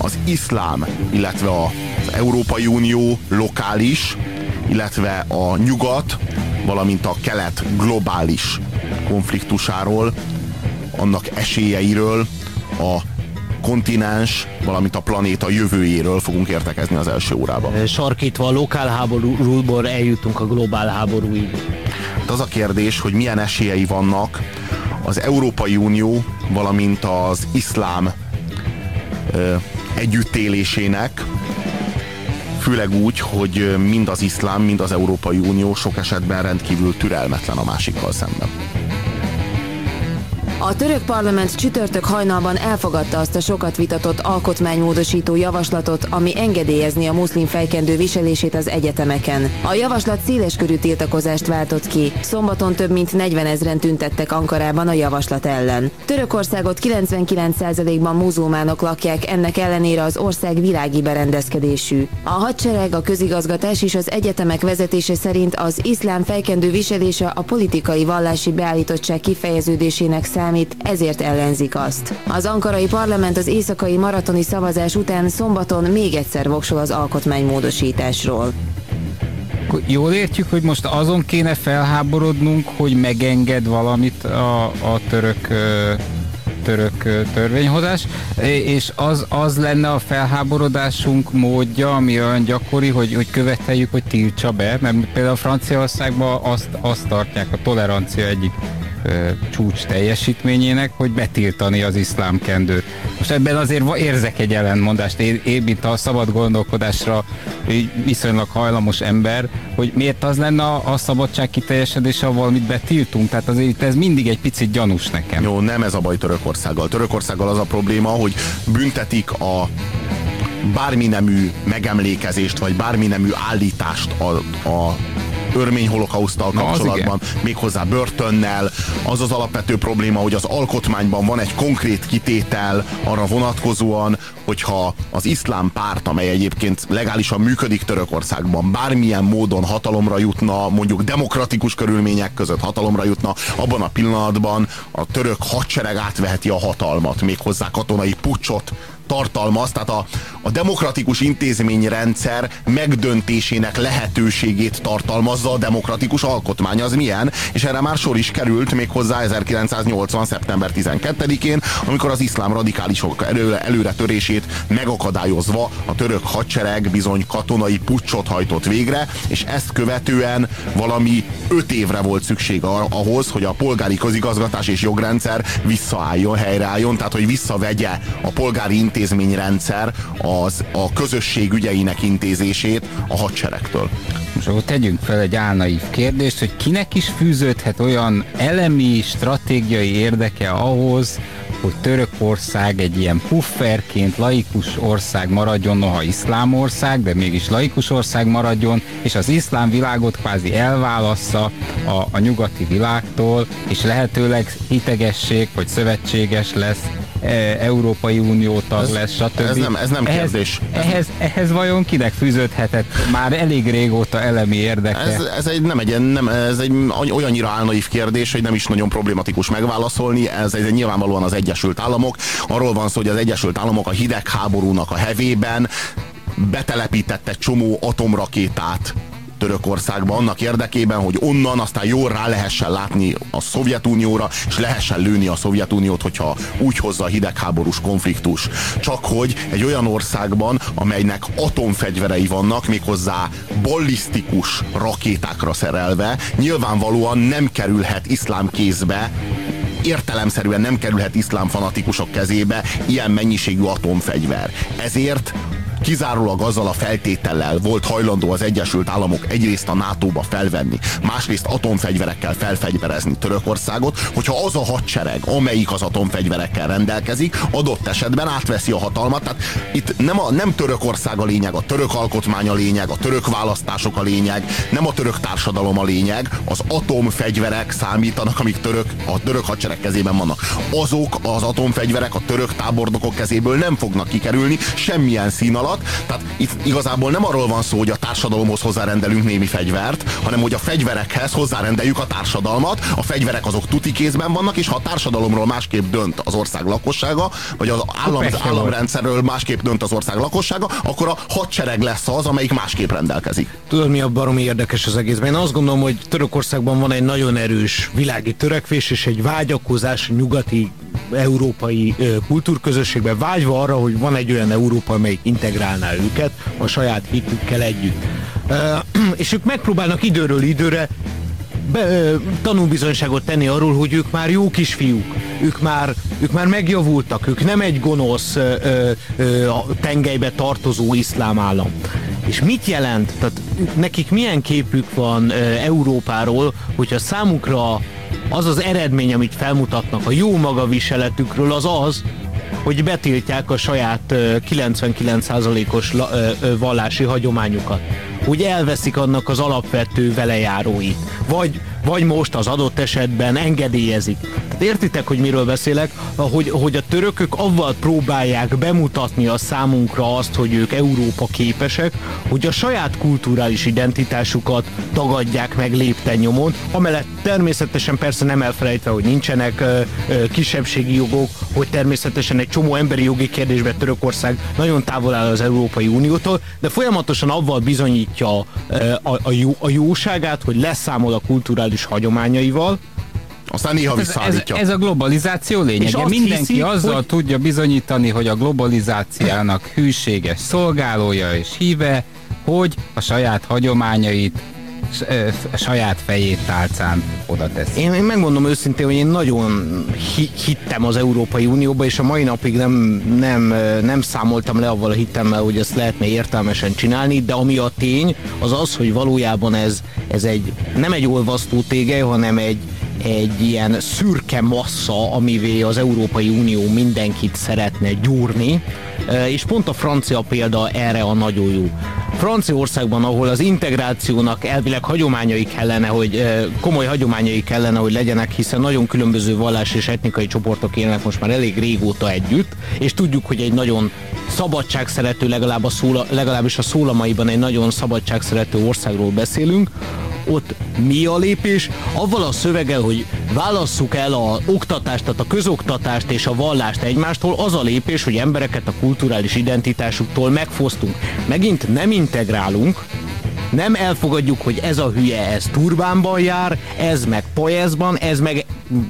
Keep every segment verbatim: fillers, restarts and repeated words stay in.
az iszlám, illetve az Európai Unió lokális, illetve a nyugat, valamint a kelet globális konfliktusáról, annak esélyeiről, a kontinens, valamint a planéta jövőjéről fogunk értekezni az első órában. Sarkítva a lokál háborúból eljutunk a globál háborúig. Hát az a kérdés, hogy milyen esélyei vannak az Európai Unió, valamint az iszlám ö, együttélésének, főleg úgy, hogy mind az iszlám, mind az Európai Unió sok esetben rendkívül türelmetlen a másikkal szemben. A török parlament csütörtök hajnalban elfogadta azt a sokat vitatott alkotmánymódosító javaslatot, ami engedélyezni a muszlim fejkendő viselését az egyetemeken. A javaslat széleskörű tiltakozást váltott ki. Szombaton több mint negyvenezren tüntettek Ankarában a javaslat ellen. Törökországot kilencvenkilenc százalékban muzulmánok lakják, ennek ellenére az ország világi berendezkedésű. A hadsereg, a közigazgatás és az egyetemek vezetése szerint az iszlám fejkendő viselése a politikai vallási beállítottság kifejeződésének számít, ezért ellenzik azt. Az ankarai parlament az éjszakai maratoni szavazás után szombaton még egyszer voksol az alkotmánymódosításról. Jól értjük, hogy most azon kéne felháborodnunk, hogy megenged valamit a, a török, török törvényhozás, és az, az lenne a felháborodásunk módja, ami olyan gyakori, hogy, hogy követeljük, hogy tiltsa be, mert például Franciaországban azt, azt tartják a tolerancia egyik csúcs teljesítményének, hogy betiltani az iszlámkendőt. Most ebben azért érzek egy ellentmondást, én, én mint a szabad gondolkodásra viszonylag hajlamos ember, hogy miért az lenne a, a szabadság kiteljesedése, ha valamit betiltunk, tehát azért ez mindig egy picit gyanús nekem. Jó, nem ez a baj Törökországgal. Törökországgal az a probléma, hogy büntetik a bármi nemű megemlékezést, vagy bármi nemű állítást a, a örmény holokauszttal kapcsolatban, méghozzá börtönnel. Az az alapvető probléma, hogy az alkotmányban van egy konkrét kitétel arra vonatkozóan, hogyha az iszlám párt, amely egyébként legálisan működik Törökországban, bármilyen módon hatalomra jutna, mondjuk demokratikus körülmények között hatalomra jutna, abban a pillanatban a török hadsereg átveheti a hatalmat, méghozzá katonai puccsot tartalmaz, tehát a, a demokratikus intézményrendszer megdöntésének lehetőségét tartalmazza a demokratikus alkotmány. Az milyen? És erre már sor is került méghozzá ezerkilencszáznyolcvan. szeptember tizenkettedikén, amikor az iszlám radikálisok előre, előretörését megakadályozva a török hadsereg bizony katonai puccsot hajtott végre, és ezt követően valami öt évre volt szükség ahhoz, hogy a polgári közigazgatás és jogrendszer visszaálljon, helyreálljon, tehát hogy visszavegye a polgári intézményrendszer az a közösség ügyeinek intézését a hadseregtől. Most akkor tegyünk fel egy álnaív kérdést, hogy kinek is fűződhet olyan elemi, stratégiai érdeke ahhoz, hogy Törökország egy ilyen pufferként laikus ország maradjon, noha iszlám ország, de mégis laikus ország maradjon, és az iszlám világot kvázi elválassza a, a nyugati világtól, és lehetőleg hitegessék, vagy szövetséges lesz, e, Európai Unió tag ez, lesz, stb. Ez nem, ez nem ehhez, kérdés. Ehhez, ehhez vajon kinek fűződhetett már elég régóta elemi érdeke? Ez, ez, egy, nem egy, nem, ez egy olyannyira álnaív kérdés, hogy nem is nagyon problematikus megválaszolni. Ez egy nyilvánvalóan az Egyesült Államok. Arról van szó, hogy az Egyesült Államok a hidegháborúnak a hevében betelepített egy csomó atomrakétát Törökországba annak érdekében, hogy onnan aztán jól rá lehessen látni a Szovjetunióra, és lehessen lőni a Szovjetuniót, hogyha úgy hozza a hidegháborús konfliktus. Csak hogy egy olyan országban, amelynek atomfegyverei vannak, méghozzá ballisztikus rakétákra szerelve, nyilvánvalóan nem kerülhet iszlám kézbe, értelemszerűen nem kerülhet iszlám fanatikusok kezébe ilyen mennyiségű atomfegyver. Ezért kizárólag azzal a feltétellel volt hajlandó az Egyesült Államok egyrészt a nátóba felvenni, másrészt atomfegyverekkel felfegyverezni Törökországot, hogyha az a hadsereg, amelyik az atomfegyverekkel rendelkezik, adott esetben átveszi a hatalmat. Tehát itt nem, a, nem Törökország a lényeg, a török alkotmány a lényeg, a török választások a lényeg, nem a török társadalom a lényeg, az atomfegyverek számítanak, amik török, a török hadsereg kezében vannak. Azok az atomfegyverek a török tábornokok kezéből nem fognak kikerülni semmilyen szín alatt, alatt. Tehát itt igazából nem arról van szó, hogy a társadalomhoz hozzárendelünk némi fegyvert, hanem hogy a fegyverekhez hozzárendeljük a társadalmat. A fegyverek azok tuti kézben vannak, és ha a társadalomról másképp dönt az ország lakossága, vagy az állam, az államrendszerről másképp dönt az ország lakossága, akkor a hadsereg lesz az, amelyik másképp rendelkezik. Tudod, mi a baromi érdekes az egészben? Én azt gondolom, hogy Törökországban van egy nagyon erős világi törekvés és egy vágyakozás nyugati európai ö, kultúrközösségben, vágyva arra, hogy van egy olyan Európa, amelyik integrálná őket a saját hitükkel együtt. Ö, és ők megpróbálnak időről időre be, ö, tanúbizonyságot tenni arról, hogy ők már jó kisfiúk, ők már, ők már megjavultak, ők nem egy gonosz ö, ö, ö, tengelybe tartozó iszlám állam. És mit jelent? Tehát nekik milyen képük van ö, Európáról, hogyha számukra az az eredmény, amit felmutatnak a jó magaviseletükről, az az, hogy betiltják a saját kilencvenkilenc százalékos vallási hagyományukat. Hogy elveszik annak az alapvető velejáróit. Vagy, vagy most az adott esetben engedélyezik. Tehát értitek, hogy miről beszélek? Hogy, hogy a törökök avval próbálják bemutatni a számunkra azt, hogy ők Európa képesek, hogy a saját kulturális identitásukat tagadják meg lépten nyomon, amellett természetesen persze nem elfelejtve, hogy nincsenek ö, ö, kisebbségi jogok, hogy természetesen egy csomó emberi jogi kérdésben Törökország nagyon távol áll az Európai Uniótól, de folyamatosan avval bizonyítja ö, a, a, jó, a jóságát, hogy leszámol a kulturális hagyományaival. Aztán néha visszaállítja. Ez, ez a globalizáció lényege. Mindenki hiszi, azzal hogy... tudja bizonyítani, hogy a globalizációnak hűséges szolgálója és híve, hogy a saját hagyományait, a saját fejét tálcán oda tesz. Én, én megmondom őszintén, hogy én nagyon hi- hittem az Európai Unióba, és a mai napig nem, nem, nem számoltam le avval a hitemmel, hogy ezt lehetne értelmesen csinálni, de ami a tény, az az, hogy valójában ez, ez egy, nem egy olvasztó tégely, hanem egy egy ilyen szürke massza, amivé az Európai Unió mindenkit szeretne gyúrni, és pont a francia példa erre a nagyon jó. Franciaországban, ahol az integrációnak elvileg hagyományai kellene, hogy komoly hagyományai kellene, hogy legyenek, hiszen nagyon különböző vallás és etnikai csoportok élnek most már elég régóta együtt, és tudjuk, hogy egy nagyon szabadságszerető, legalább a szóla, legalábbis a szólamaiban egy nagyon szabadságszerető országról beszélünk. Ott mi a lépés? Avval a szöveggel, hogy válasszuk el az oktatást, tehát a közoktatást és a vallást egymástól, az a lépés, hogy embereket a kulturális identitásuktól megfosztunk. Megint nem integrálunk, nem elfogadjuk, hogy ez a hülye, ez turbánban jár, ez meg pajeszban, ez meg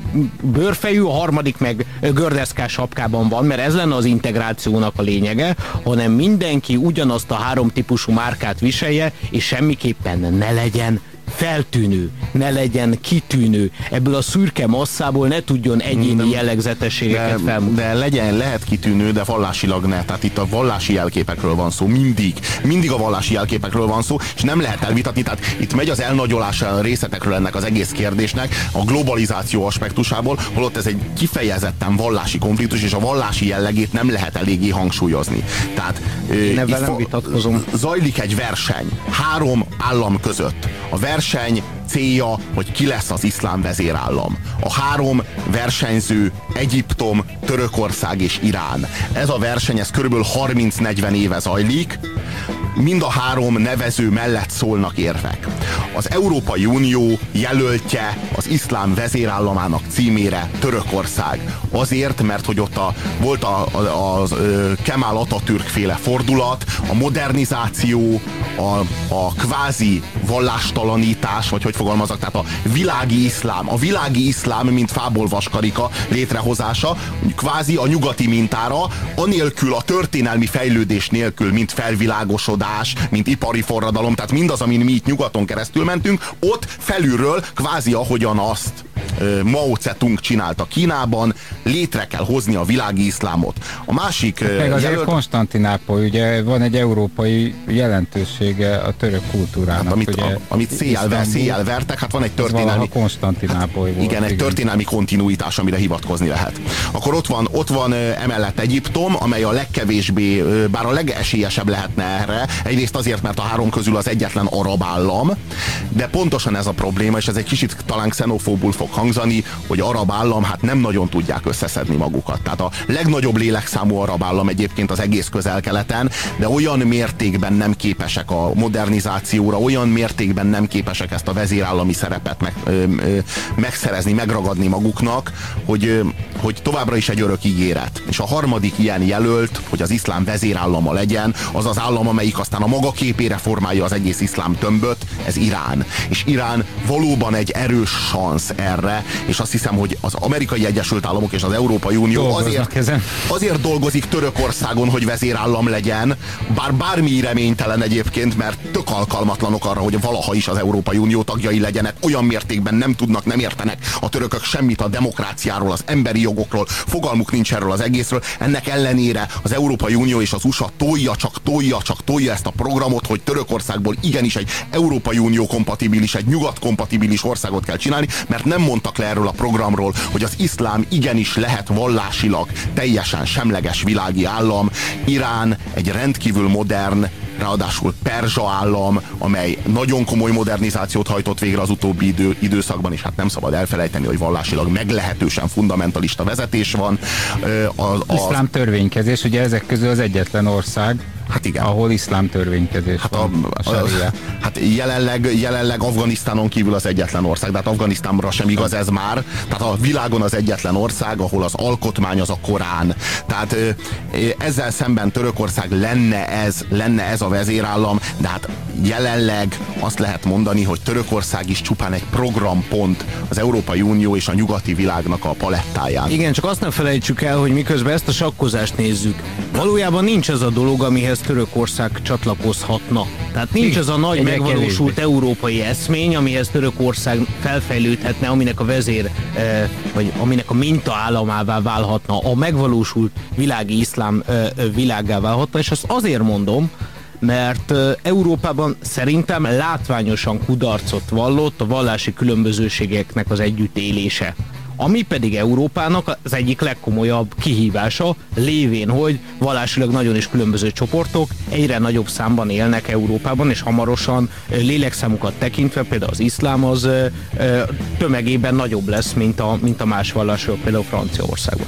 bőrfejű, a harmadik meg gördeszkás sapkában van, mert ez lenne az integrációnak a lényege, hanem mindenki ugyanazt a három típusú márkát viselje, és semmiképpen ne legyen feltűnő, ne legyen kitűnő, ebből a szürke masszából ne tudjon egyéni jellegzetességeket felmutatni. De legyen, lehet kitűnő, de vallásilag ne. Tehát itt a vallási jelképekről van szó, mindig. Mindig a vallási jelképekről van szó, és nem lehet elvitatni, tehát itt megy az elnagyolás a részletekről ennek az egész kérdésnek, a globalizáció aspektusából, holott ez egy kifejezetten vallási konfliktus, és a vallási jellegét nem lehet eléggé hangsúlyozni. Tehát Nebben nem vitatkozom. Zajlik egy verseny három állam között. A verseny célja, hogy ki lesz az iszlám vezérállam. A három versenyző Egyiptom, Törökország és Irán. Ez a verseny, ez körülbelül harminc-negyven éve zajlik. Mind a három nevező mellett szólnak érvek. Az Európai Unió jelöltje az iszlám vezérállamának címére Törökország. Azért, mert hogy ott a, volt a, a, a, a Kemal Atatürk féle fordulat, a modernizáció, a, a kvázi vallástalanítás, vagy hogy fogalmazok, tehát a világi iszlám, a világi iszlám, mint fából vaskarika létrehozása, kvázi a nyugati mintára, anélkül, a történelmi fejlődés nélkül, mint felvilágosodás, mint ipari forradalom, tehát mindaz, amin mi itt nyugaton keresztül mentünk, ott felülről, kvázi ahogyan azt Mao Zedong csinálta Kínában, létre kell hozni a világi iszlámot. A másik meg azért jelölt... Konstantinápoly, ugye van egy európai jelentősége a török kultúrának. Hát, amit, ugye, a, amit széjjel, széjjel vertek, hát van egy történelmi... Konstantinápoly hát, volt. Igen, egy igen. történelmi kontinuitás, amire hivatkozni lehet. Akkor ott van, ott van emellett Egyiptom, amely a legkevésbé, bár a legesélyesebb lehetne erre, egyrészt azért, mert a három közül az egyetlen arab állam, de pontosan ez a probléma, és ez egy kicsit talán xenofóbul fog hangzani, hangzani, hogy arab állam, hát nem nagyon tudják összeszedni magukat. Tehát a legnagyobb lélekszámú arab állam egyébként az egész Közel-Keleten, de olyan mértékben nem képesek a modernizációra, olyan mértékben nem képesek ezt a vezérállami szerepet meg, ö, ö, megszerezni, megragadni maguknak, hogy, ö, hogy továbbra is egy örök ígéret. És a harmadik ilyen jelölt, hogy az iszlám vezérállama legyen, az az állam, amelyik aztán a maga képére formálja az egész iszlám tömböt, ez Irán. És Irán valóban egy erős szansz erre, és azt hiszem, hogy az Amerikai Egyesült Államok és az Európai Unió azért, azért dolgozik Törökországon, hogy vezérállam legyen, bár bármi reménytelen egyébként, mert tök alkalmatlanok arra, hogy valaha is az Európai Unió tagjai legyenek, olyan mértékben nem tudnak, nem értenek a törökök semmit a demokráciáról, az emberi jogokról, fogalmuk nincs erről az egészről. Ennek ellenére az Európai Unió és az u es á tolja, csak tolja, csak tolja ezt a programot, hogy Törökországból igenis egy Európai Unió kompatibilis, egy nyugat kompatibilis országot kell csinálni, mert nem mondtak le erről a programról, hogy az iszlám igenis lehet vallásilag teljesen semleges világi állam. Irán egy rendkívül modern, ráadásul perzsa állam, amely nagyon komoly modernizációt hajtott végre az utóbbi idő, időszakban, és hát nem szabad elfelejteni, hogy vallásilag meglehetősen fundamentalista vezetés van. Az, az iszlám törvénykezés, ugye ezek közül az egyetlen ország, hát igen, ahol iszlám törvénykezés hát van. A, a, a, hát jelenleg, jelenleg Afganisztánon kívül az egyetlen ország, de hát Afganisztánra sem igaz ez már. Tehát a világon az egyetlen ország, ahol az alkotmány az a Korán. Tehát ezzel szemben Törökország lenne ez, lenne ez a vezérállam, de hát jelenleg azt lehet mondani, hogy Törökország is csupán egy programpont az Európai Unió és a nyugati világnak a palettáján. Igen, csak azt nem felejtsük el, hogy miközben ezt a sakkozást nézzük, valójában nincs ez a dolog, amihez Törökország csatlakozhatna. Tehát nincs az a nagy megvalósult kevésbé európai eszmény, amihez Törökország felfejlődhetne, aminek a vezér, vagy aminek a mintaállamává válhatna, a megvalósult világi iszlám világgá válhatna, és azt azért mondom, mert Európában szerintem látványosan kudarcot vallott a vallási különbözőségeknek az együttélése. Ami pedig Európának az egyik legkomolyabb kihívása, lévén, hogy vallásilag nagyon is különböző csoportok egyre nagyobb számban élnek Európában, és hamarosan lélekszámukat tekintve például az iszlám az tömegében nagyobb lesz, mint a, mint a más vallások, például Franciaországban.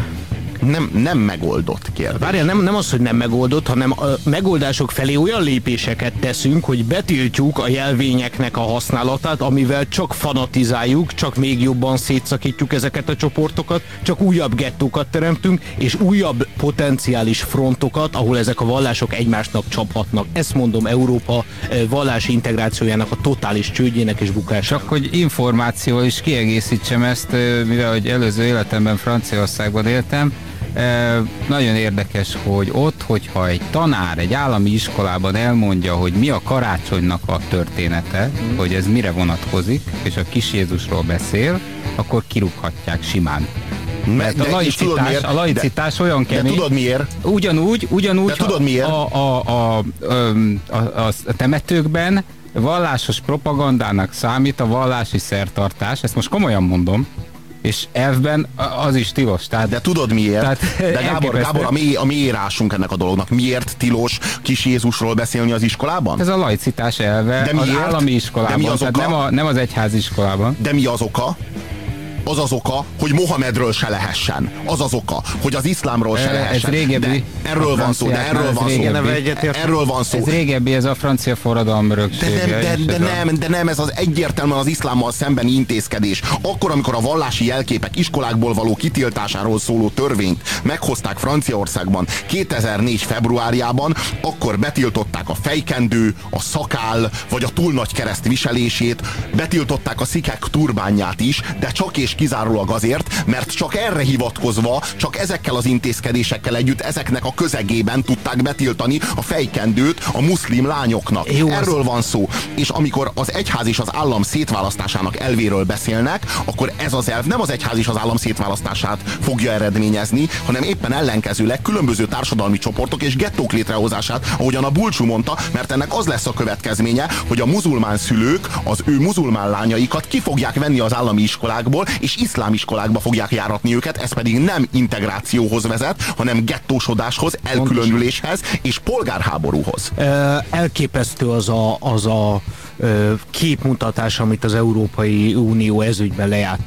Nem, nem megoldott kérdés. Várjál, nem, nem az, hogy nem megoldott, hanem a megoldások felé olyan lépéseket teszünk, hogy betiltjuk a jelvényeknek a használatát, amivel csak fanatizáljuk, csak még jobban szétszakítjuk ezeket a csoportokat, csak újabb gettókat teremtünk, és újabb potenciális frontokat, ahol ezek a vallások egymásnak csaphatnak. Ezt mondom Európa vallási integrációjának a totális csődjének és bukásának. Csak hogy információ is kiegészítsem ezt, mivel hogy előző életemben Franciaországban éltem, E, nagyon érdekes, hogy ott, hogyha egy tanár egy állami iskolában elmondja, hogy mi a karácsonynak a története, mm. hogy ez mire vonatkozik, és a kis Jézusról beszél, akkor kirúghatják simán. Mert a laicitás, a laicitás de, olyan kemény. De tudod miért? Ugyanúgy, ugyanúgy de tudod miért? A, a, a, a, a, a temetőkben vallásos propagandának számít a vallási szertartás, ezt most komolyan mondom, és elvben az is tilos. Tehát, de tudod miért? Tehát, de Gábor, Gábor a, mi, a mi írásunk ennek a dolognak. Miért tilos kis Jézusról beszélni az iskolában? Ez a laicitás elve de az állami iskolában, de mi az tehát oka? Nem, a, nem az egyházi iskolában. De mi az oka? Az az oka, hogy Mohamedről se lehessen. Az az oka, hogy az iszlámról se lehessen. Ez régebbi. De erről van szó, de erről van szó. Erről van szó. Ez régebbi, ez a francia forradalom öröksége. De, de, de, de, nem, de nem, ez az egyértelműen az iszlámmal szembeni intézkedés. Akkor, amikor a vallási jelképek iskolákból való kitiltásáról szóló törvényt meghozták Franciaországban kétezer-négy februárjában, akkor betiltották a fejkendő, a szakál, vagy a túl nagy kereszt viselését, betiltották a szikák turbánját is, de csak és kizárólag azért, mert csak erre hivatkozva, csak ezekkel az intézkedésekkel együtt, ezeknek a közegében tudták betiltani a fejkendőt a muszlim lányoknak. Jó, erről az... van szó. És amikor az egyház és az állam szétválasztásának elvéről beszélnek, akkor ez az elv nem az egyház és az állam szétválasztását fogja eredményezni, hanem éppen ellenkezőleg különböző társadalmi csoportok és gettók létrehozását, ahogyan a Bulcsú mondta, mert ennek az lesz a következménye, hogy a muzulmán szülők az ő muzulmán lányaikat ki fogják venni az állami iskolákból, és iszlám iskolákba fogják járatni őket, ez pedig nem integrációhoz vezet, hanem gettósodáshoz, elkülönüléshez és polgárháborúhoz. Elképesztő az a, az a képmutatás, amit az Európai Unió ezügyben lejátszik.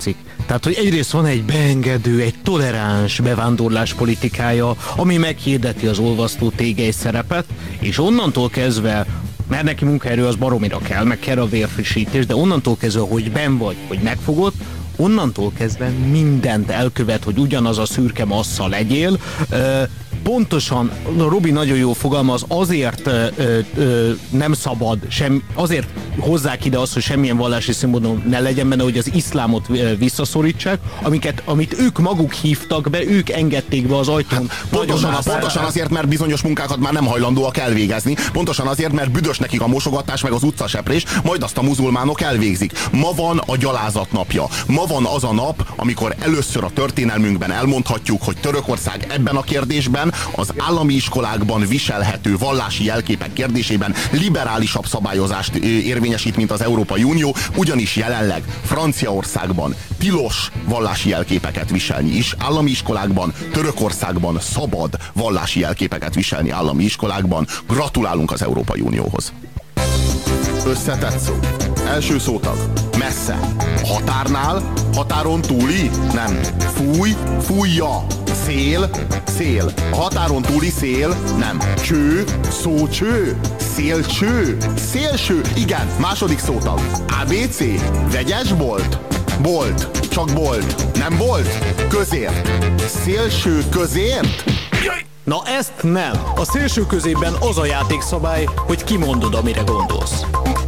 Tehát, hogy egyrészt van egy beengedő, egy toleráns bevándorlás politikája, ami meghirdeti az olvasztó tégely szerepet, és onnantól kezdve, mert neki munkaerő az baromira kell, meg kell a vérfrissítés, de onnantól kezdve, hogy benn vagy, hogy megfogod, onnantól kezdve mindent elkövet, hogy ugyanaz a szürke massza legyél. Pontosan, Robi nagyon jó fogalmaz, azért ö, ö, nem szabad, sem, azért hozzák ide azt, hogy semmilyen vallási szimbólum ne legyen benne, hogy az iszlámot ö, visszaszorítsák, amiket, amit ők maguk hívtak be, ők engedték be az ajtón. Hát, pontosan, az, pontosan azért, mert bizonyos munkákat már nem hajlandóak elvégezni, pontosan azért, mert büdös nekik a mosogatás meg az utcaseprés, majd azt a muzulmánok elvégzik. Ma van a gyalázat napja. Ma van az a nap, amikor először a történelmünkben elmondhatjuk, hogy Törökország ebben a kérdésben az állami iskolákban viselhető vallási jelképek kérdésében liberálisabb szabályozást érvényesít, mint az Európai Unió, ugyanis jelenleg Franciaországban tilos vallási jelképeket viselni is állami iskolákban, Törökországban szabad vallási jelképeket viselni állami iskolákban. Gratulálunk az Európai Unióhoz. Összetett szó. Első szótag. Messze. Határnál? Határon túli? Nem. Fúj? Fújja. Szél? Szél. A határon túli szél? Nem. Cső? Szócső? Szélcső? Szélső? Igen. Második szótag. á bé cé? Vegyes bolt? Bolt. Csak bolt. Nem bolt? Közért. Szélső közért? Na ezt nem. A szélső közében az a játékszabály, hogy kimondod, amire gondolsz.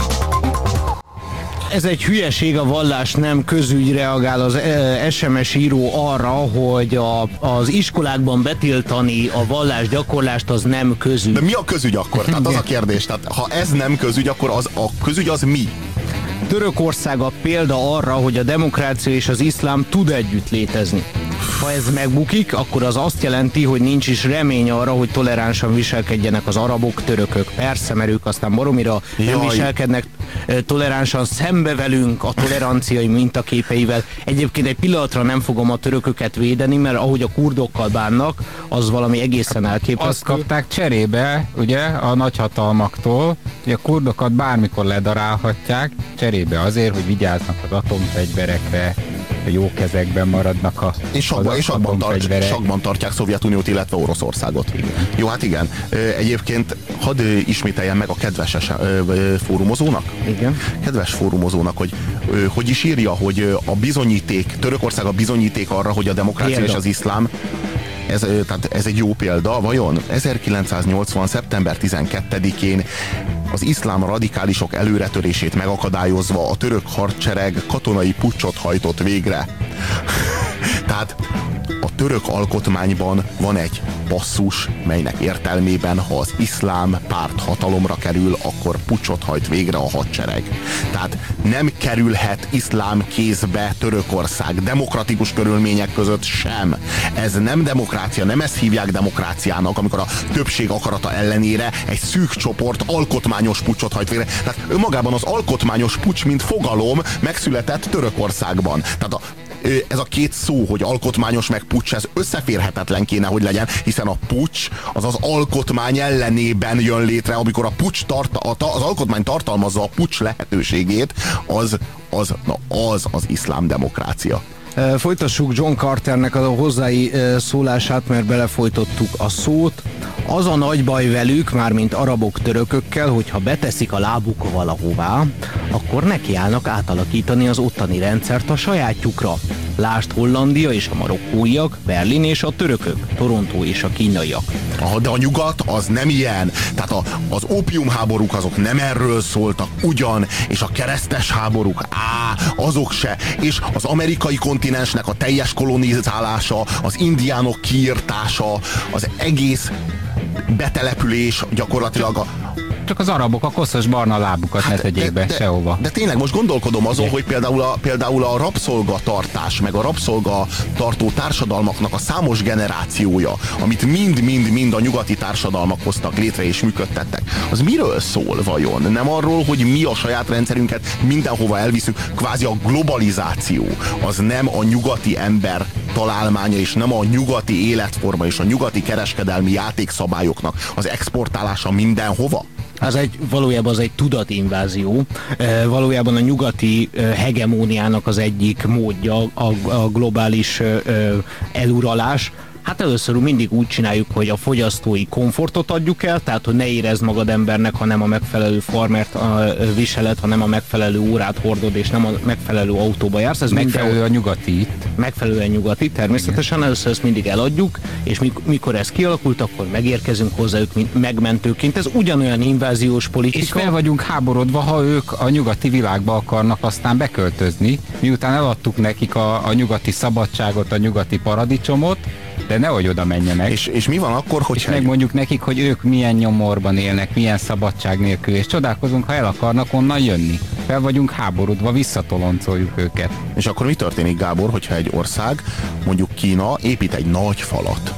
Ez egy hülyeség, a vallás nem közügy, reagál az es em es író arra, hogy a, az iskolákban betiltani a vallás gyakorlást az nem közügy. De mi a közügy akkor? Tehát az a kérdés. Tehát, ha ez nem közügy, akkor az, a közügy az mi? Törökország a példa arra, hogy a demokrácia és az iszlám tud együtt létezni. Ha ez megbukik, akkor az azt jelenti, hogy nincs is remény arra, hogy toleránsan viselkedjenek az arabok, törökök. Persze, mert ők aztán baromira nem Jaj. viselkednek toleránsan szembe velünk a toleranciai mintaképeivel. Egyébként egy pillanatra nem fogom a törököket védeni, mert ahogy a kurdokkal bánnak, az valami egészen elképesztő. Azt kapták cserébe, ugye, a nagyhatalmaktól, hogy a kurdokat bármikor ledarálhatják, cserébe azért, hogy vigyáznak az atomfegyverekre, a jó kezekben maradnak a és sakban, és sakban, tart, sakban tartják Szovjetuniót, illetve Oroszországot. Igen. Jó, hát igen. Egyébként hadd ismételjem meg a kedves fórumozónak. Igen. Kedves fórumozónak, hogy hogy is írja, hogy a bizonyíték, Törökország a bizonyíték arra, hogy a demokrácia példa. És az iszlám Ez, tehát ez egy jó példa, vajon? ezerkilencszáznyolcvan. szeptember tizenkettedikén az iszlám radikálisok előretörését megakadályozva a török hadsereg katonai puccsot hajtott végre. Tehát a török alkotmányban van egy passzus, melynek értelmében, ha az iszlám párt hatalomra kerül, akkor puccsot hajt végre a hadsereg. Tehát nem kerülhet iszlám kézbe Törökország, demokratikus körülmények között sem. Ez nem demokrácia, nem ezt hívják demokráciának, amikor a többség akarata ellenére egy szűk csoport alkotmányos puccsot hajt végre. Tehát önmagában az alkotmányos puccs, mint fogalom megszületett Törökországban. Tehát a ez a két szó, hogy alkotmányos meg puccs, ez összeférhetetlen kéne, hogy legyen, hiszen a puccs az az alkotmány ellenében jön létre, amikor a puccs tart, az alkotmány tartalmazza a puccs lehetőségét, az az, na, az, az iszlám demokrácia. Folytassuk John Carternek a hozzái szólását, mert belefolytottuk a szót. Az a nagy baj velük, mármint arabok, törökökkel, hogyha beteszik a lábuk valahová, akkor nekiállnak átalakítani az ottani rendszert a sajátjukra. Lásd Hollandia és a marokkóiak, Berlin és a törökök, Torontó és a kínaiak. Aha, de a nyugat az nem ilyen. Tehát a, az ópiumháborúk azok nem erről szóltak ugyan, és a keresztes háborúk, á, azok se. És az amerikai kontinensnek a teljes kolonizálása, az indiánok kiirtása, az egész betelepülés gyakorlatilag a csak az arabok a koszos barna lábukat hát, ne tegyék be de, sehova. De tényleg most gondolkodom azon, de. hogy például a, például a rabszolgatartás, meg a rabszolgatartó társadalmaknak a számos generációja, amit mind-mind-mind a nyugati társadalmak hoztak létre és működtettek, az miről szól vajon? Nem arról, hogy mi a saját rendszerünket mindenhova elviszünk, kvázi a globalizáció, az nem a nyugati ember találmánya, és nem a nyugati életforma és a nyugati kereskedelmi játékszabályoknak az exportálása mindenhova? Az egy, valójában az egy tudatinvázió, e, valójában a nyugati e, hegemóniának az egyik módja a, a globális e, eluralás. Hát először mindig úgy csináljuk, hogy a fogyasztói komfortot adjuk el, tehát hogy ne érezd magad embernek, ha nem a megfelelő farmert a viseled, ha nem a megfelelő órát hordod, és nem a megfelelő autóba jársz. Ez megfelelő minden... a nyugati itt. Megfelelően nyugati, természetesen. Igen. Először ezt mindig eladjuk, és mikor ez kialakult, akkor megérkezünk hozzájuk, mint megmentőként. Ez ugyanolyan inváziós politika. És fel vagyunk háborodva, ha ők a nyugati világba akarnak aztán beköltözni, miután eladtuk nekik a, a nyugati szabadságot, a nyugati paradicsomot, de nehogy oda menjenek. És, és mi van akkor, hogy... És megmondjuk nekik, hogy ők milyen nyomorban élnek, milyen szabadság nélkül, és csodálkozunk, ha el akarnak onnan jönni. Fel vagyunk háborodva, visszatoloncoljuk őket. És akkor mi történik, Gábor, hogyha egy ország, mondjuk Kína, épít egy nagy falat?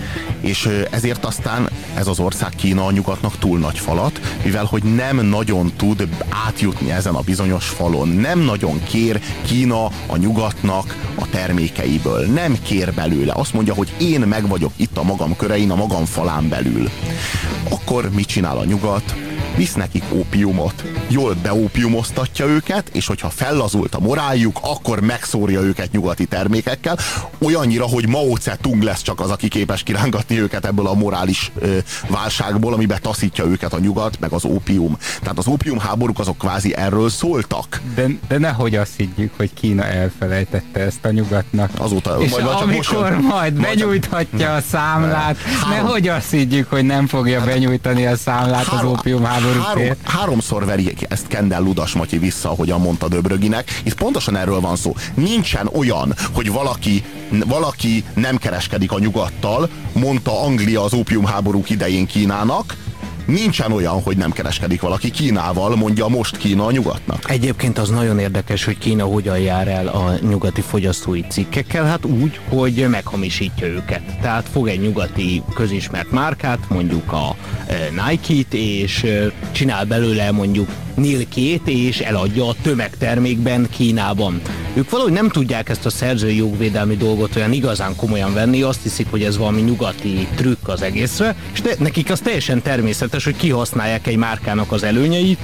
És ezért aztán ez az ország, Kína, a nyugatnak túl nagy falat, mivel hogy nem nagyon tud átjutni ezen a bizonyos falon. Nem nagyon kér Kína a nyugatnak a termékeiből. Nem kér belőle. Azt mondja, hogy én meg vagyok itt a magam körein, a magam falán belül. Akkor mit csinál a nyugat? Visz nekik ópiumot, jól beópiumoztatja őket, és hogyha fellazult a moráljuk, akkor megszórja őket nyugati termékekkel, olyannyira, hogy Mao Tse-tung lesz csak az, aki képes kirángatni őket ebből a morális ö, válságból, amiben taszítja őket a nyugat, meg az ópium. Tehát az ópium háborúk azok kvázi erről szóltak. De, de nehogy azt higgyük, hogy Kína elfelejtette ezt a nyugatnak. Azóta, és majd, amikor most, majd benyújthatja majd, a számlát, három, nehogy azt higgyük, hogy nem fogja hát, benyújtani a számlát három, az ópium háborúkért. Három, háromszor veri ezt Kendall Ludas Matyi vissza, ahogyan mondta Döbröginek. Itt pontosan erről van szó. Nincsen olyan, hogy valaki, valaki nem kereskedik a nyugattal, mondta Anglia az ópiumháborúk idején Kínának. Nincsen olyan, hogy nem kereskedik valaki Kínával, mondja most Kína a nyugatnak. Egyébként az nagyon érdekes, hogy Kína hogyan jár el a nyugati fogyasztói cikkekkel, hát úgy, hogy meghamisítja őket. Tehát fog egy nyugati közismert márkát, mondjuk a Nike-t, és csinál belőle mondjuk Nilkét, és eladja a tömegtermékben Kínában. Ők valahogy nem tudják ezt a szerzői jogvédelmi dolgot olyan igazán komolyan venni, azt hiszik, hogy ez valami nyugati trükk az egészre, és te, nekik az teljesen természetes, hogy kihasználják egy márkának az előnyeit,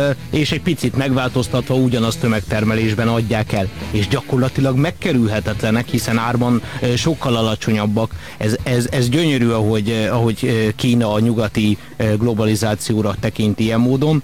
és egy picit megváltoztatva ugyanaz tömegtermelésben adják el, és gyakorlatilag megkerülhetetlenek, hiszen árban sokkal alacsonyabbak. Ez, ez, ez gyönyörű, ahogy, ahogy Kína a nyugati globalizációra tekint ilyen módon.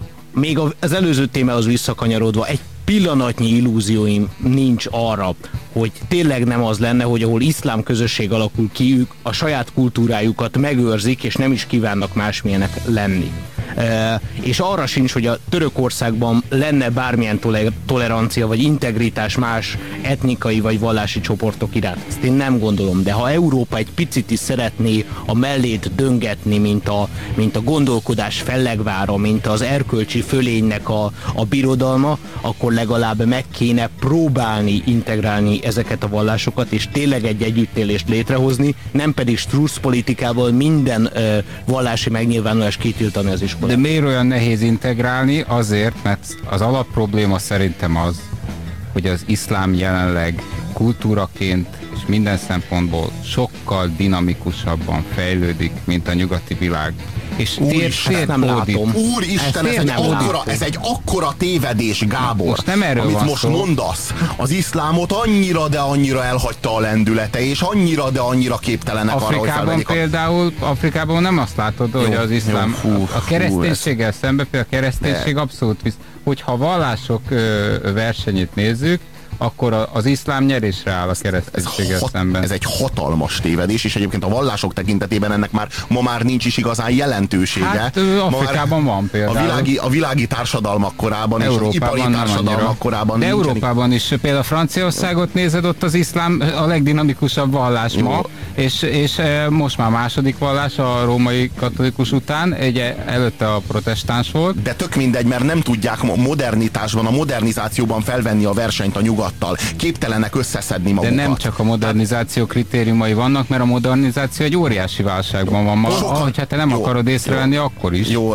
Még az előző témához visszakanyarodva, egy pillanatnyi illúzióim nincs arra, hogy tényleg nem az lenne, hogy ahol iszlám közösség alakul ki, ők a saját kultúrájukat megőrzik, és nem is kívánnak másmilyenek lenni. E, és arra sincs, hogy a Törökországban lenne bármilyen toler- tolerancia vagy integritás más etnikai vagy vallási csoportok iránt. Ezt én nem gondolom, de ha Európa egy picit is szeretné a mellét döngetni, mint a, mint a gondolkodás fellegvára, mint az erkölcsi fölénynek a, a birodalma, akkor legalább meg kéne próbálni integrálni ezeket a vallásokat, és tényleg egy együttélést létrehozni, nem pedig strusz politikával minden ö, vallási megnyilvánulást kitiltani az iskolában. De miért olyan nehéz integrálni? Azért, mert az alapprobléma szerintem az, hogy az iszlám jelenleg kultúraként és minden szempontból sokkal dinamikusabban fejlődik, mint a nyugati világ. És Úristen, nem látom. Úristen, ez egy, akkora, ez egy akkora tévedés, Gábor, most nem erről amit van most szó. mondasz. Az iszlámot annyira, de annyira elhagyta a lendülete, és annyira, de annyira képtelenek Afrikában arra, hogy felvegyék. például, Afrikában nem azt látod, jó, hogy az iszlám, jó, fú, a kereszténységgel fú, szemben, például a kereszténység de. abszolút visz. Hogyha a vallások ö, versenyét nézzük, akkor az iszlám nyerésre áll a kereszténységgel szemben. Ez egy hatalmas tévedés, és egyébként a vallások tekintetében ennek már ma már nincs is igazán jelentősége. Hát Afrikában van például. A világi, a világi társadalmak korában és az ipari társadalmak korában. De Európában is, például Franciaországot nézed, ott az iszlám a legdinamikusabb vallás Jó. ma, és, és most már második vallás a római katolikus után, egy előtte a protestáns volt. De tök mindegy, mert nem tudják modernitásban, a modernizációban felvenni a versenyt a nyugat nyugattal. Képtelenek összeszedni magukat. De nem csak a modernizáció kritériumai vannak, mert a modernizáció egy óriási válságban van ma. Sokan, ha te nem jó, akarod észrevenni, jó, akkor is. Jó,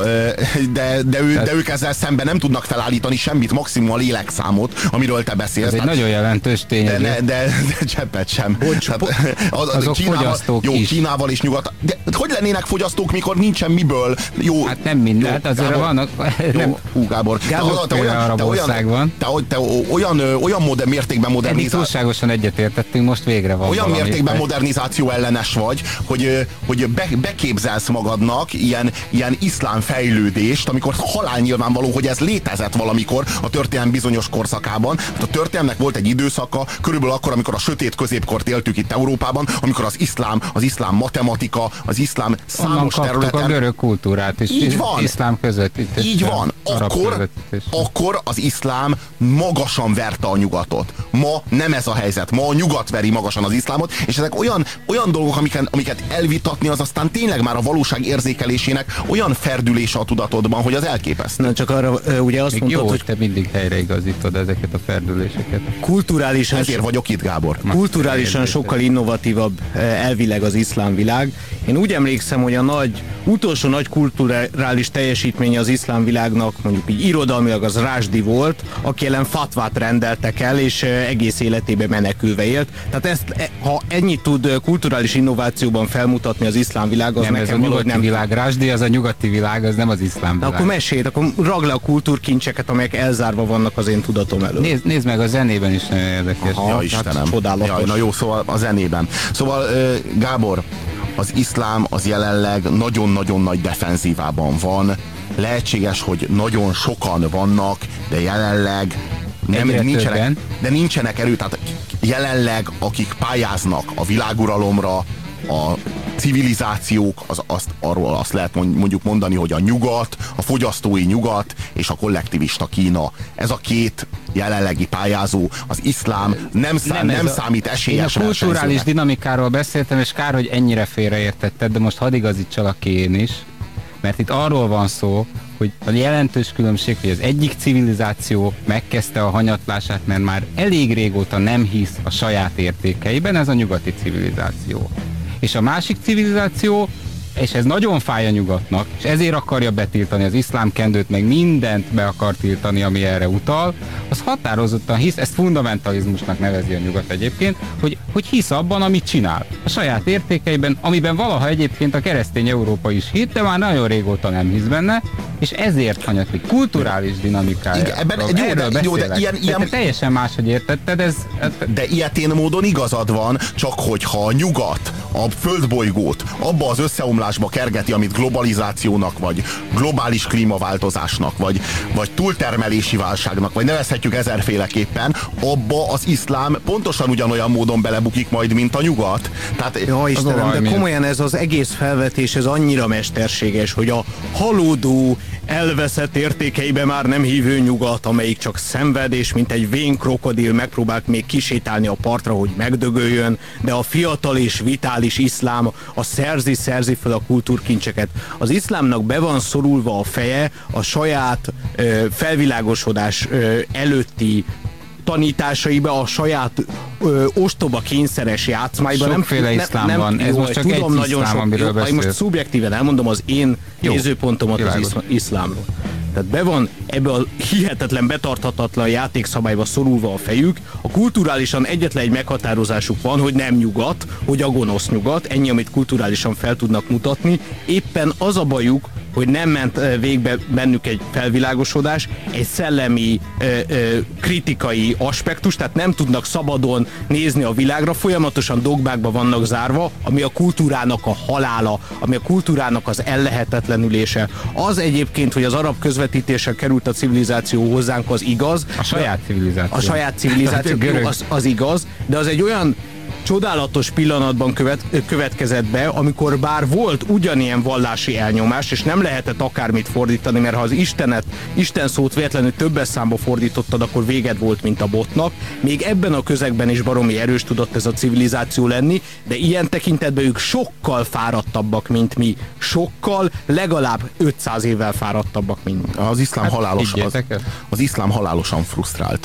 de, de, ő, de ők ezzel szemben nem tudnak felállítani semmit, maximum a lélekszámot, amiről te beszélsz. Ez egy hát, nagyon jelentős tényező. De, de, de, de cseppet sem. Bocs, hát, bo- a, azok Kínával, fogyasztók jó, is. Kínával és nyugat. De hogy lennének fogyasztók, mikor nincsen miből? Jó, Hát nem minden, jó, hát azért Gábor, vannak... Jó, Nem, hú, Gábor, Gábor, te, te, olyan, arab te, olyan, országban. te, te olyan, olyan moder, mértékben eddig modernizálsz. túlságosan egyetértettünk, most végre van Olyan valami. mértékben modernizáció ellenes vagy, hogy, hogy be, beképzelsz magadnak ilyen, ilyen iszlám fejlődést, amikor halál nyilvánvaló, hogy ez létezett valamikor a történelem bizonyos korszakában. A történelemnek volt egy időszaka, körülbelül akkor, amikor a sötét középkort éltük itt Európában, amikor az iszlám, az iszlám matematika, az iszlám számos területen... a görög kultúrát is. Így van. Iszlám közvetítés. Így van. Akkor, akkor az iszlám magasan verte a nyugatot. Ma nem ez a helyzet. Ma a nyugat veri magasan az iszlámot, és ezek olyan, olyan dolgok, amiket, amiket elvitatni, az aztán tényleg már a valóság érzékelésének olyan ferdülése a tudatodban, hogy az elképesztő. Na, csak arra ugye azt Még mondtad, jó, hogy hogy te mindig helyreigazítod ezeket a ferdüléseket. kulturálisan, Ezért vagyok itt, Gábor. kulturálisan sokkal innovatívabb elvileg az iszlám világ. Én úgy emlékszem, hogy a nagy, utolsó nagy kulturális teljesítménye az iszlám világnak, mondjuk így irodalmilag az Rásdi volt, aki ellen fatvát rendeltek el, és egész életében menekülve élt. Tehát ezt, ha ennyit tud kulturális innovációban felmutatni az iszlám világ, az Nem, ez a nekem valahogy nyugati nem... világ. Rásdi, az a nyugati világ, az nem az iszlám Na, világ. akkor mesélj, akkor ragd le a kultúrkincseket, amelyek elzárva vannak az én tudatom elől. Nézd, nézd meg, a zenében is nagyon érdekes. Aha. Ja, Hát Istenem. csodálatos. Ja, na jó, szóval a zenében. Szóval, Gábor, az iszlám az jelenleg nagyon-nagyon nagy defenzívában van. Lehetséges, hogy nagyon sokan vannak, de jelenleg nem, nincsenek, de nincsenek erő. Tehát jelenleg, akik pályáznak a világuralomra, a civilizációk, az, azt, arról azt lehet mondjuk mondani, hogy a nyugat, a fogyasztói nyugat és a kollektivista Kína. Ez a két jelenlegi pályázó, az iszlám nem, szám, nem, nem a, számít esélyes Én a kulturális versenyzőnek. dinamikáról beszéltem, és kár, hogy ennyire félreértetted, de most hadd igazítsalak ki én is, mert itt arról van szó, hogy a jelentős különbség, hogy az egyik civilizáció megkezdte a hanyatlását, mert már elég régóta nem hisz a saját értékeiben, ez a nyugati civilizáció. És a másik civilizáció, és ez nagyon fáj a nyugatnak, és ezért akarja betiltani az iszlám kendőt, meg mindent be akar tiltani, ami erre utal, az határozottan hisz, ezt fundamentalizmusnak nevezi a nyugat egyébként, hogy, hogy hisz abban, amit csinál. A saját értékeiben, amiben valaha egyébként a keresztény Európa is hitt, de már nagyon régóta nem hisz benne, és ezért hanyatlik kulturális dinamikája. Igen, ebben- jó, Erről de- jó, de beszélek. ilyen- ilyen- Te teljesen máshogy értetted, ez... De ilyetén módon igazad van, csak hogyha a nyugat a földbolygót abba az összeomlásba kergeti, amit globalizációnak, vagy globális klímaváltozásnak, vagy, vagy túltermelési válságnak, vagy nevezhetjük ezerféleképpen, abba az iszlám pontosan ugyanolyan módon belebukik majd, mint a nyugat. Tehát, Ja, Istenem, de valami. komolyan ez az egész felvetés, ez annyira mesterséges, hogy a halódó, elveszett értékeibe már nem hívő nyugat, amelyik csak szenved, és mint egy vén krokodil megpróbál még kisétálni a partra, hogy megdögöljön, de a fiatal és vitális iszlám a szerzi, szerzi fel a kultúrkincseket. Az iszlámnak be van szorulva a feje a saját ö, felvilágosodás ö, előtti tanításaiba, a saját ö, ostoba kényszeres játszmáiba. Sokféle iszlám van, ez jó, most csak tudom, egy nagyon iszlám, sok, amiről jó, beszélsz. most szubjektíven elmondom az én Jó, nézőpontomat az világos. iszlám, iszlámról. Tehát be van ebbe a hihetetlen betarthatatlan játékszabályba szorulva a fejük. A kulturálisan egyetlen egy meghatározásuk van, hogy nem nyugat, hogy a gonosz nyugat, ennyi, amit kulturálisan fel tudnak mutatni. Éppen az a bajuk, hogy nem ment ö, végbe bennük egy felvilágosodás, egy szellemi, ö, ö, kritikai aspektus, tehát nem tudnak szabadon nézni a világra, folyamatosan dogmákba vannak zárva, ami a kultúrának a halála, ami a kultúrának az ellehetetlenülése. Az egyébként, hogy az arab közvetítéssel került a civilizáció hozzánk, az igaz. A saját civilizáció. A saját civilizáció, Görög. az, az igaz, de az egy olyan csodálatos pillanatban követ, következett be, amikor bár volt ugyanilyen vallási elnyomás, és nem lehetett akármit fordítani, mert ha az Istenet, Isten szót véletlenül többes számba fordítottad, akkor véged volt, mint a botnak. Még ebben a közegben is baromi erős tudott ez a civilizáció lenni, de ilyen tekintetben ők sokkal fáradtabbak, mint mi. Sokkal, legalább ötszáz évvel fáradtabbak, mint mi. Az iszlám, Hát, halálos, az, higgyétek el. az iszlám halálosan frusztrált.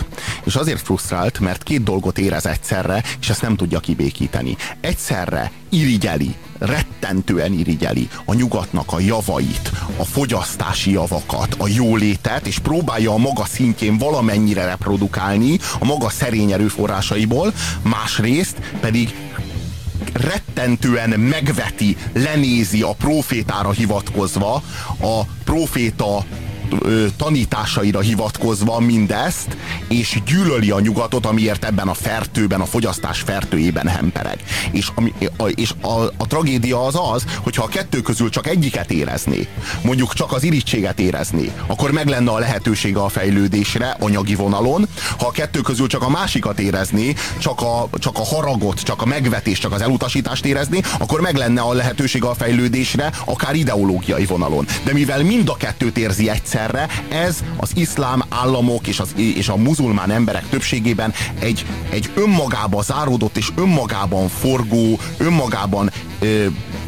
és azért frusztrált, mert két dolgot érez egyszerre, és ezt nem tudja kibékíteni. Egyszerre irigyeli, rettentően irigyeli a nyugatnak a javait, a fogyasztási javakat, a jólétet, és próbálja a maga szintjén valamennyire reprodukálni a maga szerény erőforrásaiból, másrészt pedig rettentően megveti, lenézi a prófétára hivatkozva, a próféta tanításaira hivatkozva mindezt, és gyűlöli a nyugatot, amiért ebben a fertőben, a fogyasztás fertőjében hempereg. És, ami, a, és a, a tragédia az az, hogyha a kettő közül csak egyiket érezné, mondjuk csak az irigységet érezné, akkor meg lenne a lehetősége a fejlődésre anyagi vonalon. Ha a kettő közül csak a másikat érezné, csak a, csak a haragot, csak a megvetést, csak az elutasítást érezné, akkor meg lenne a lehetősége a fejlődésre, akár ideológiai vonalon. De mivel mind a kettőt érzi egyszer, ez az iszlám államok és, az, és a muzulmán emberek többségében egy, egy önmagába záródott és önmagában forgó, önmagában ö,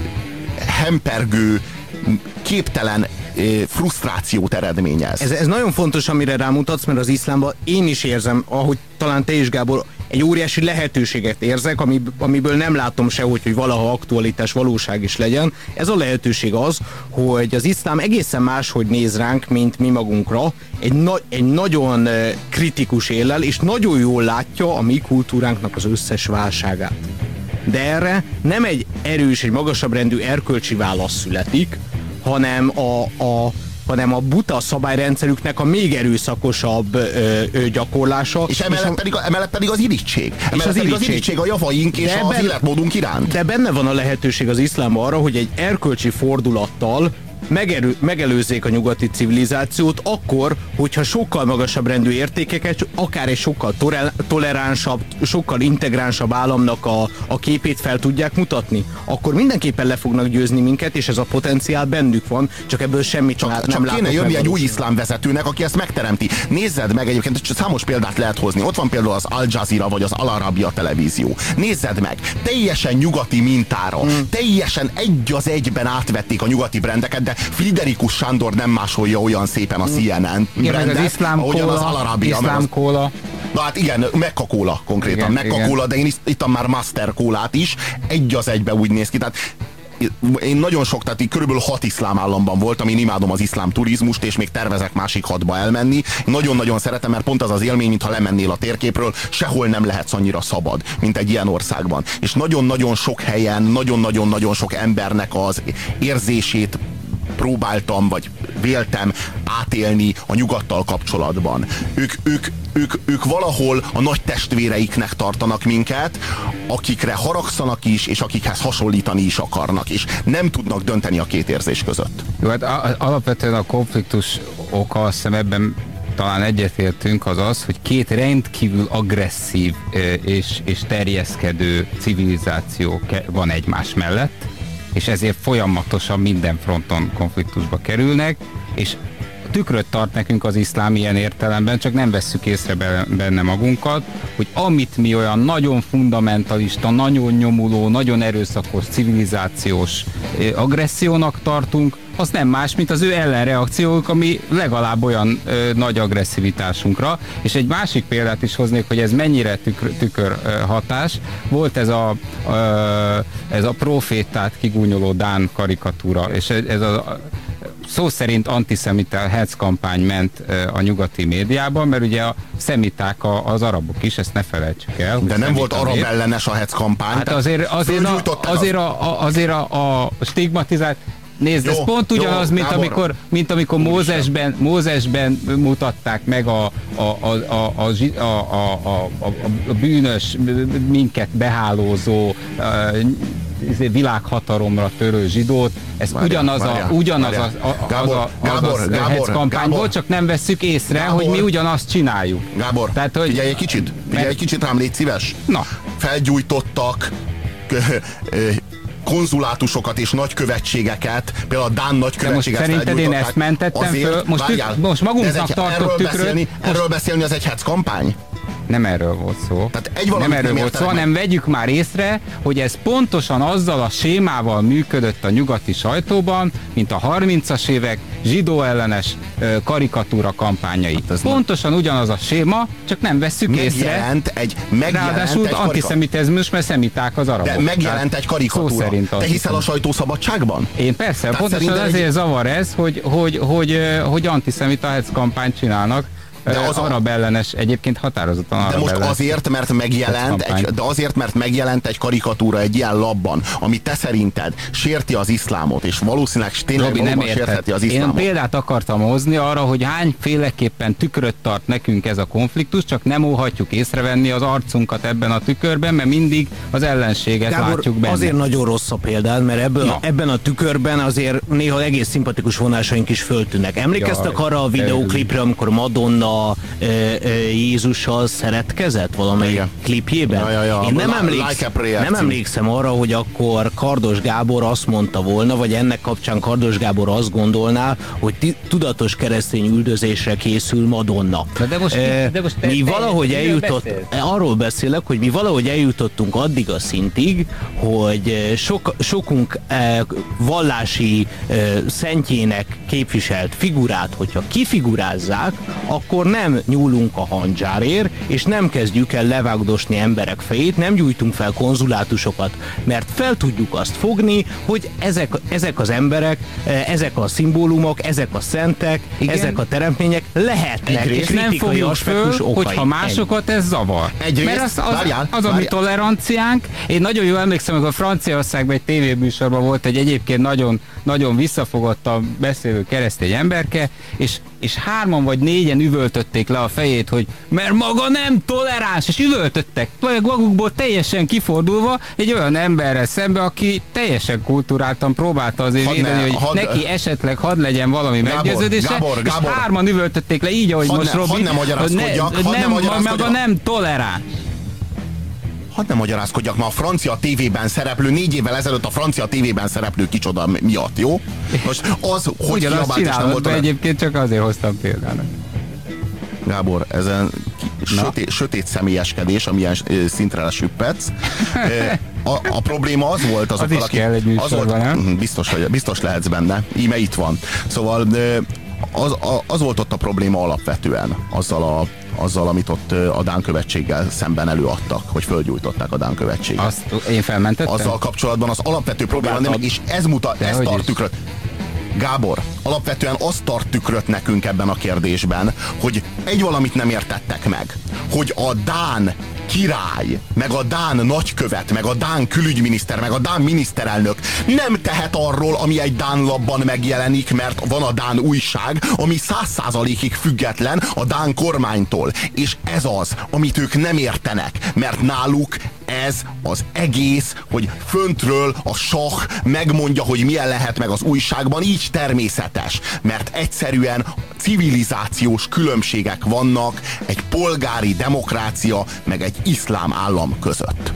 hempergő, képtelen ö, frusztrációt eredményez. Ez, ez nagyon fontos, amire rámutatsz, mert az iszlámban én is érzem, ahogy talán te is, Gábor, egy óriási lehetőséget érzek, amiből nem látom sehogy, hogy valaha aktualitás, valóság is legyen. Ez a lehetőség az, hogy az iszlám egészen máshogy néz ránk, mint mi magunkra, egy, na- egy nagyon kritikus éllel, és nagyon jól látja a mi kultúránknak az összes válságát. De erre nem egy erős, egy magasabb rendű erkölcsi válasz születik, hanem a, a hanem a buta szabályrendszerüknek a még erőszakosabb ö, ö, gyakorlása. És emellett, és a, pedig, emellett pedig az irigység. Emellett az pedig az irigység a javaink és de az ben, életmódunk iránt. De benne van a lehetőség az iszlámban arra, hogy egy erkölcsi fordulattal megerő, megelőzzék a nyugati civilizációt akkor, hogyha sokkal magasabb rendű értékeket, akár egy sokkal toleránsabb, sokkal integránsabb államnak a, a képét fel tudják mutatni, akkor mindenképpen le fognak győzni minket, és ez a potenciál bennük van, csak ebből semmit csak, nem csak látok. Kéne jönni egy új iszlám vezetőnek, aki ezt megteremti. Nézzed meg, egyébként számos példát lehet hozni. Ott van például az Al Jazeera vagy az Al Arabia televízió. Nézzed meg, teljesen nyugati mintára, hmm. teljesen egy az egyben átvették a nyugati brendeket, de Friderikus Sándor nem másolja olyan szépen a C N N brendet, az iszlám ahogyan az Al Arabia. Iszlám kóla. Na hát igen, Mekka kóla konkrétan, igen, Mekka kóla, de én ittam már Master kólát is, egy az egybe úgy néz ki, tehát én nagyon sok, tehát így körülbelül hat iszlám államban voltam, én imádom az iszlám turizmust, és még tervezek másik hatba elmenni. Nagyon-nagyon szeretem, mert pont az az élmény, mintha lemennél a térképről, sehol nem lehetsz annyira szabad, mint egy ilyen országban. És nagyon-nagyon sok helyen, nagyon-nagyon-nagyon sok embernek az érzését próbáltam, vagy véltem átélni a nyugattal kapcsolatban. Ők, ők, ők, ők valahol a nagy testvéreiknek tartanak minket, akikre haragszanak is, és akikhez hasonlítani is akarnak, és nem tudnak dönteni a két érzés között. Jó, hát alapvetően a konfliktus oka, azt hiszem ebben talán egyetértünk, az az, hogy két rendkívül agresszív és, és terjeszkedő civilizáció van egymás mellett, és ezért folyamatosan minden fronton konfliktusba kerülnek, és tükröt tart nekünk az iszlám ilyen értelemben, csak nem vesszük észre benne magunkat, hogy amit mi olyan nagyon fundamentalista, nagyon nyomuló, nagyon erőszakos, civilizációs agressziónak tartunk, az nem más, mint az ő ellenreakciók, ami legalább olyan ö, nagy agresszivitásunkra. És egy másik példát is hoznék, hogy ez mennyire tükör, tükör ö, hatás. Volt ez a, ö, ez a profétát kigúnyoló dán karikatúra, és ez a szó szerint antiszemita hetz kampány ment a nyugati médiában, mert ugye a szemiták a, az arabok is, ezt ne felejtsük el. De nem volt arab ellenes a hetz kampány. Hát azért, azért, a, azért, a, a, azért a, a stigmatizált. Nézd, jó, ez pont ugyanaz, jó, mint, amikor, mint amikor Mózesben, Mózesben mutatták meg a, a, a, a, a, a, a, a, a bűnös, minket behálózó, világhatalomra törő zsidót. Ez várjál, ugyanaz várjál, a, ugyanaz várjál. a, a, Gábor, az a, Gábor, az a Gábor, kampányból, csak nem vesszük észre, Gábor, hogy mi ugyanazt csináljuk. Gábor, Tehát, hogy, figyelj egy kicsit, figyelj mert, egy kicsit rám, légy szíves. Na. Felgyújtottak konzulátusokat és nagykövetségeket, például a dán nagykövetséget felgyújtották. Szerinted én ezt mentettem azért, föl? Most, várjál, most magunknak egy, tartott erről tükröt. Beszélni, most... Erről beszélni az egy hetz kampány? Nem erről volt szó. Tehát egy valamit nem erről nem volt szó, értenek hanem vegyük már észre, hogy ez pontosan azzal a sémával működött a nyugati sajtóban, mint a harmincas évek zsidó ellenes ö, karikatúra kampányai. Hát pontosan ugyanaz a séma, csak nem vesszük észre. Megjelent egy, megjelent Ráadásul egy antiszemitizmus, mert szemiták az arabok. De megjelent egy karikatúra. Te hiszel a sajtószabadságban? Én persze, Tehát pontosan ezért egy... zavar ez, hogy, hogy, hogy, hogy antiszemita hetz kampányt csinálnak. De az arab ellenes, egyébként határozottan arab De most ellenes azért, mert megjelent egy, de azért, mert megjelent egy karikatúra egy ilyen labban, ami te szerinted sérti az iszlámot, és valószínűleg tényleg Robi, nem sértheti az iszlámot. Én példát akartam hozni arra, hogy hányféleképpen tükröt tart nekünk ez a konfliktus, csak nem óhatjuk észrevenni az arcunkat ebben a tükörben, mert mindig az ellenséget Gábor, látjuk benne. Azért nagyon rossz a példád, mert ebből, Na. ebben a tükörben azért néha egész szimpatikus vonásaink is föltűnnek. Emlékeztek Jaj, arra a videóklipre, amikor Madonna e, e, Jézussal szeretkezett valamelyik Igen. klipjében? Ja, ja, ja. Én nem, Like emléksz, a prayer nem cím. emlékszem arra, hogy akkor Kardos Gábor azt mondta volna, vagy ennek kapcsán Kardos Gábor azt gondolná, hogy ti, tudatos keresztény üldözésre készül Madonna. Na de most- E, de most te- mi te- valahogy miről eljutott, beszélsz? arról beszélek, hogy mi valahogy eljutottunk addig a szintig, hogy sok, sokunk eh, vallási eh, szentjének képviselt figurát, hogyha kifigurázzák, akkor nem nyúlunk a handzsárért, és nem kezdjük el levágdosni emberek fejét, nem gyújtunk fel konzulátusokat, mert fel tudjuk azt fogni, hogy ezek, ezek az emberek, eh, ezek a szimbólumok, ezek a szentek, Igen. ezek a teremtmények lehetnek Egyrészt és nem kritikai fogjuk aspektus föl, okai. hogyha másokat ez zavar. Egyrészt, Mert az, az, várjál, az a mi várjál. toleranciánk. Én nagyon jól emlékszem, amikor Franciaországban egy tévébűsorban volt egy egyébként nagyon, nagyon visszafogottan beszélő keresztény emberke, és, és hárman vagy négyen üvöltötték le a fejét, hogy mert maga nem toleráns, és üvöltöttek magukból teljesen kifordulva egy olyan emberrel szembe, aki teljesen kulturáltan próbálta azért Hadd ne- védeni, hogy hadd- neki esetleg hadd legyen valami Gábor, meggyőződése, Gábor, és Gábor. hárman üvöltötték le így, ahogy Hadd most ne- Robi, hadd ne magyarázkodjak, hogy hadd ne nem, magyarázkodjak. maga nem toleráns. Hadd ne magyarázkodjak, ma a francia tévében szereplő, négy évvel ezelőtt a francia tévében szereplő kicsoda miatt, jó? Most az, hogy Ugyanazt kiabált és nem csinálod volt be, olyan... egyébként csak azért hoztam példának. Gábor, ezen sötét, sötét személyeskedés, amilyen ö, szintre lesüppetsz. A, a probléma az volt azokkal, is kell egy az műsorban, volt, nem? biztos, hogy, biztos lehetsz benne, íme itt van. Szóval ö, az, a, az volt ott a probléma alapvetően, azzal a azzal, amit ott ö, a Dán követséggel szemben előadtak, hogy fölgyújtották a Dán követséget. Azt én felmentettem? Azzal kapcsolatban az alapvető probléma, nem, és ez mutat, ez tart tükröt. Gábor, alapvetően azt tart tükröt nekünk ebben a kérdésben, hogy egy valamit nem értettek meg, hogy a Dán király, meg a Dán nagykövet, meg a Dán külügyminiszter, meg a Dán miniszterelnök nem tehet arról, ami egy Dán labban megjelenik, mert van a Dán újság, ami száz százalékig független a Dán kormánytól. És ez az, amit ők nem értenek, mert náluk ez az egész, hogy föntről a sah megmondja, hogy milyen lehet meg az újságban, így természetes, mert egyszerűen civilizációs különbségek vannak egy polgári demokrácia, meg egy iszlám állam között.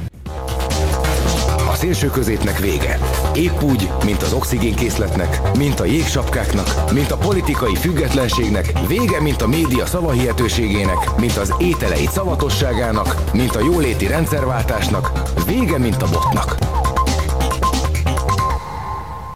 A szélsőközépnek vége. Épp úgy, mint az oxigénkészletnek, mint a jégsapkáknak, mint a politikai függetlenségnek, vége, mint a média szavahihetőségének, mint az ételeid szavatosságának, mint a jóléti rendszerváltásnak, vége, mint a botnak.